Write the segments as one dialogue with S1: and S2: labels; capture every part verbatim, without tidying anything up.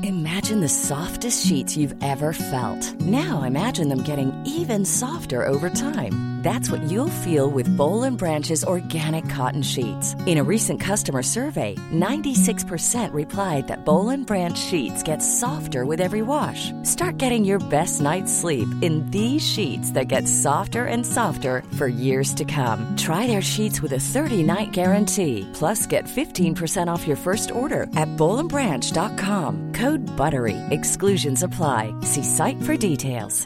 S1: Imagine the softest sheets you've ever felt. Now imagine them getting even softer over time. That's what you'll feel with Boll and Branch's organic cotton sheets. In a recent customer survey, ninety-six percent replied that Boll and Branch sheets get softer with every wash. Start getting your best night's sleep in these sheets that get softer and softer for years to come. Try their sheets with a thirty-night guarantee. Plus, get fifteen percent off your first order at boll and branch dot com. Code BUTTERY. Exclusions apply. See site for details.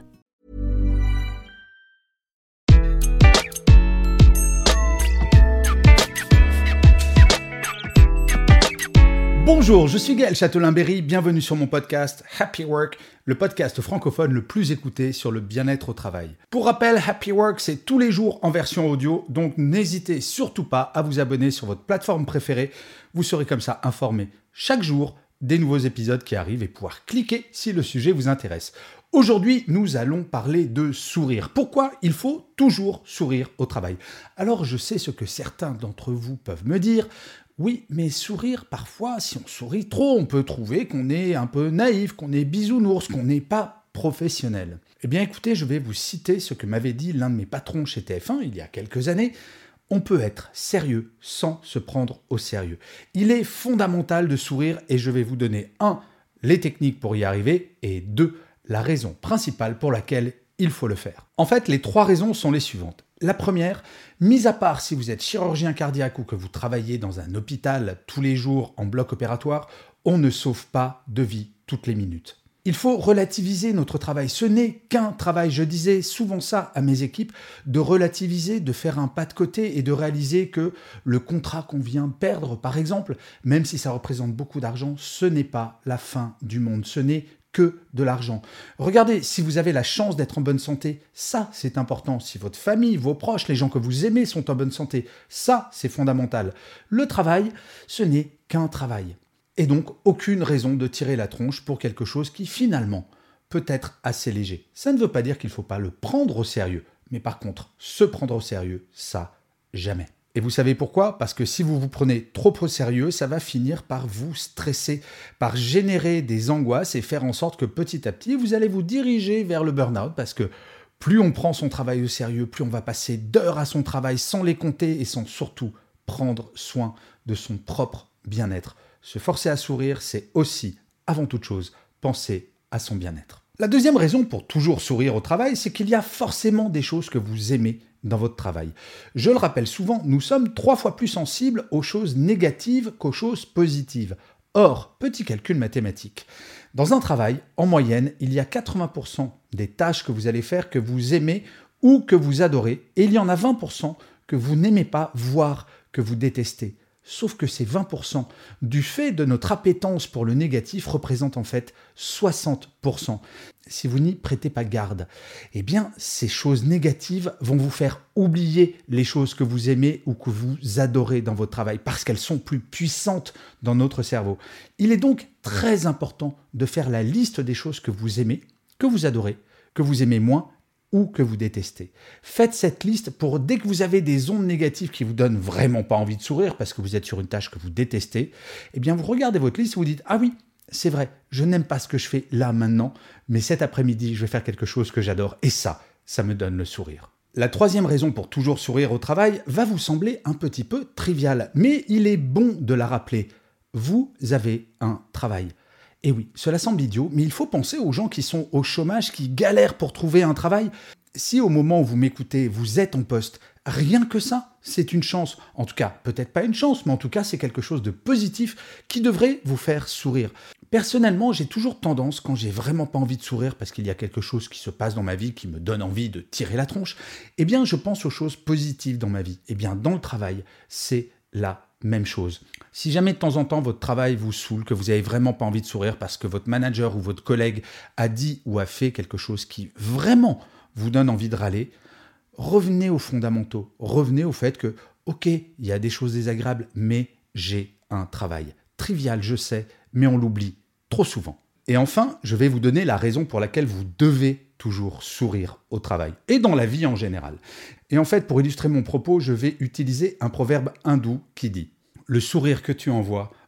S2: Bonjour, je suis Gaël Châtelain-Berry, bienvenue sur mon podcast Happy Work, le podcast francophone le plus écouté sur le bien-être au travail. Pour rappel, Happy Work, c'est tous les jours en version audio, donc n'hésitez surtout pas à vous abonner sur votre plateforme préférée. Vous serez comme ça informé chaque jour des nouveaux épisodes qui arrivent et pouvoir cliquer si le sujet vous intéresse. Aujourd'hui, nous allons parler de sourire. Pourquoi il faut toujours sourire au travail? Alors, je sais ce que certains d'entre vous peuvent me dire. Oui, mais sourire, parfois, si on sourit trop, on peut trouver qu'on est un peu naïf, qu'on est bisounours, qu'on n'est pas professionnel. Eh bien, écoutez, je vais vous citer ce que m'avait dit l'un de mes patrons chez T F un il y a quelques années. On peut être sérieux sans se prendre au sérieux. Il est fondamental de sourire et je vais vous donner un, les techniques pour y arriver et deux, la raison principale pour laquelle il faut le faire. En fait, les trois raisons sont les suivantes. La première, mis à part si vous êtes chirurgien cardiaque ou que vous travaillez dans un hôpital tous les jours en bloc opératoire, on ne sauve pas de vie toutes les minutes. Il faut relativiser notre travail. Ce n'est qu'un travail. Je disais souvent ça à mes équipes, de relativiser, de faire un pas de côté et de réaliser que le contrat qu'on vient perdre, par exemple, même si ça représente beaucoup d'argent, ce n'est pas la fin du monde. Ce n'est que de l'argent. Regardez, si vous avez la chance d'être en bonne santé, ça c'est important. Si votre famille, vos proches, les gens que vous aimez sont en bonne santé, ça c'est fondamental. Le travail, ce n'est qu'un travail. Et donc, aucune raison de tirer la tronche pour quelque chose qui, finalement, peut être assez léger. Ça ne veut pas dire qu'il ne faut pas le prendre au sérieux. Mais par contre, se prendre au sérieux, ça, jamais. Et vous savez pourquoi? Parce que si vous vous prenez trop au sérieux, ça va finir par vous stresser, par générer des angoisses et faire en sorte que petit à petit, vous allez vous diriger vers le burn-out parce que plus on prend son travail au sérieux, plus on va passer d'heures à son travail sans les compter et sans surtout prendre soin de son propre bien-être. Se forcer à sourire, c'est aussi, avant toute chose, penser à son bien-être. La deuxième raison pour toujours sourire au travail, c'est qu'il y a forcément des choses que vous aimez dans votre travail. Je le rappelle souvent, nous sommes trois fois plus sensibles aux choses négatives qu'aux choses positives. Or, petit calcul mathématique, dans un travail, en moyenne, il y a quatre-vingts pour cent des tâches que vous allez faire que vous aimez ou que vous adorez, et il y en a vingt pour cent que vous n'aimez pas, voire que vous détestez. Sauf que ces vingt pour cent du fait de notre appétence pour le négatif représentent en fait soixante pour cent. Si vous n'y prêtez pas garde, eh bien, ces choses négatives vont vous faire oublier les choses que vous aimez ou que vous adorez dans votre travail parce qu'elles sont plus puissantes dans notre cerveau. Il est donc très important de faire la liste des choses que vous aimez, que vous adorez, que vous aimez moins ou que vous détestez. Faites cette liste pour dès que vous avez des ondes négatives qui vous donnent vraiment pas envie de sourire parce que vous êtes sur une tâche que vous détestez, eh bien vous regardez votre liste et vous dites « Ah oui, c'est vrai, je n'aime pas ce que je fais là maintenant, mais cet après-midi, je vais faire quelque chose que j'adore et ça, ça me donne le sourire. » La troisième raison pour toujours sourire au travail va vous sembler un petit peu triviale, mais il est bon de la rappeler. Vous avez un travail. Et oui, cela semble idiot, mais il faut penser aux gens qui sont au chômage, qui galèrent pour trouver un travail. Si au moment où vous m'écoutez, vous êtes en poste, rien que ça, c'est une chance. En tout cas, peut-être pas une chance, mais en tout cas, c'est quelque chose de positif qui devrait vous faire sourire. Personnellement, j'ai toujours tendance, quand j'ai vraiment pas envie de sourire parce qu'il y a quelque chose qui se passe dans ma vie qui me donne envie de tirer la tronche, eh bien, je pense aux choses positives dans ma vie. Eh bien, dans le travail, c'est la même chose. Si jamais de temps en temps votre travail vous saoule, que vous n'avez vraiment pas envie de sourire parce que votre manager ou votre collègue a dit ou a fait quelque chose qui vraiment vous donne envie de râler, revenez aux fondamentaux. Revenez au fait que, ok, il y a des choses désagréables, mais j'ai un travail. Trivial, je sais, mais on l'oublie trop souvent. Et enfin, je vais vous donner la raison pour laquelle vous devez toujours sourire au travail et dans la vie en général. Et en fait, pour illustrer mon propos, je vais utiliser un proverbe hindou qui dit « Le sourire que tu envoies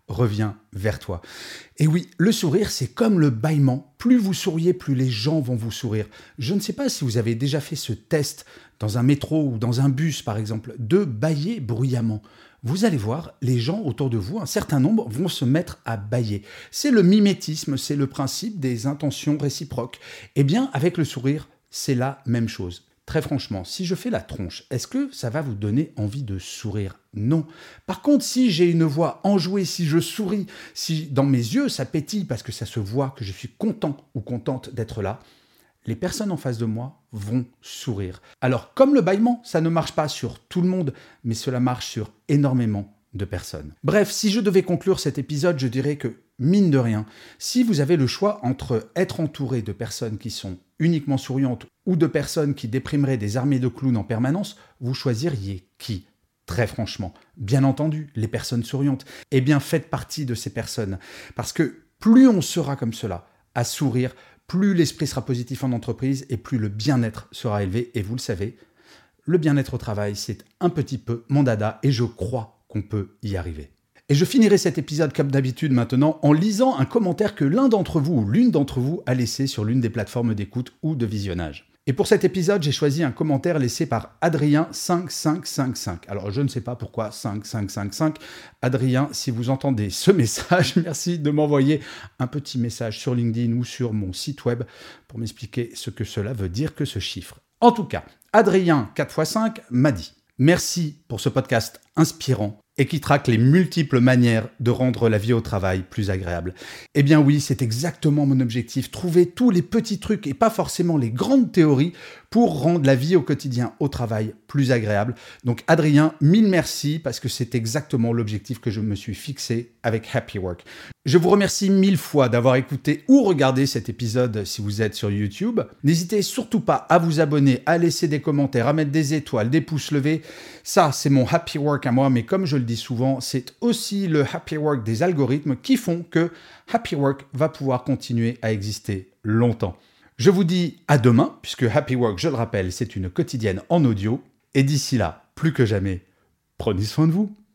S2: revient vers toi. Et oui, le sourire, c'est comme le bâillement. Plus vous souriez, plus les gens vont vous sourire. Je ne sais pas si vous avez déjà fait ce test dans un métro ou dans un bus, par exemple, de bâiller bruyamment. Vous allez voir, les gens autour de vous, un certain nombre, vont se mettre à bâiller. C'est le mimétisme, c'est le principe des intentions réciproques. Eh bien, avec le sourire, c'est la même chose. Très franchement, si je fais la tronche, est-ce que ça va vous donner envie de sourire ? Non. Par contre, si j'ai une voix enjouée, si je souris, si dans mes yeux ça pétille parce que ça se voit que je suis content ou contente d'être là, les personnes en face de moi vont sourire. Alors, comme le bâillement, ça ne marche pas sur tout le monde, mais cela marche sur énormément de personnes. Bref, si je devais conclure cet épisode, je dirais que, mine de rien, si vous avez le choix entre être entouré de personnes qui sont uniquement souriantes ou de personnes qui déprimeraient des armées de clowns en permanence, vous choisiriez qui ? Très franchement, bien entendu, les personnes souriantes. Eh bien, faites partie de ces personnes. Parce que plus on sera comme cela, à sourire, plus l'esprit sera positif en entreprise et plus le bien-être sera élevé. Et vous le savez, le bien-être au travail, c'est un petit peu mon dada et je crois qu'on peut y arriver. Et je finirai cet épisode comme d'habitude maintenant en lisant un commentaire que l'un d'entre vous ou l'une d'entre vous a laissé sur l'une des plateformes d'écoute ou de visionnage. Et pour cet épisode, j'ai choisi un commentaire laissé par Adrien cinq cinq cinq cinq. Alors, je ne sais pas pourquoi cinq cinq cinq cinq. Adrien, si vous entendez ce message, merci de m'envoyer un petit message sur LinkedIn ou sur mon site web pour m'expliquer ce que cela veut dire que ce chiffre. En tout cas, Adrien quatre fois cinq m'a dit « Merci pour ce podcast inspirant et qui traque les multiples manières de rendre la vie au travail plus agréable. » Eh bien oui, c'est exactement mon objectif, trouver tous les petits trucs et pas forcément les grandes théories pour rendre la vie au quotidien au travail plus agréable. Donc Adrien, mille merci parce que c'est exactement l'objectif que je me suis fixé avec Happy Work. Je vous remercie mille fois d'avoir écouté ou regardé cet épisode si vous êtes sur YouTube. N'hésitez surtout pas à vous abonner, à laisser des commentaires, à mettre des étoiles, des pouces levés. Ça, c'est mon Happy Work à moi, mais comme je le dis souvent, c'est aussi le Happy Work des algorithmes qui font que Happy Work va pouvoir continuer à exister longtemps. Je vous dis à demain, puisque Happy Work, je le rappelle, c'est une quotidienne en audio. Et d'ici là, plus que jamais, prenez soin de vous.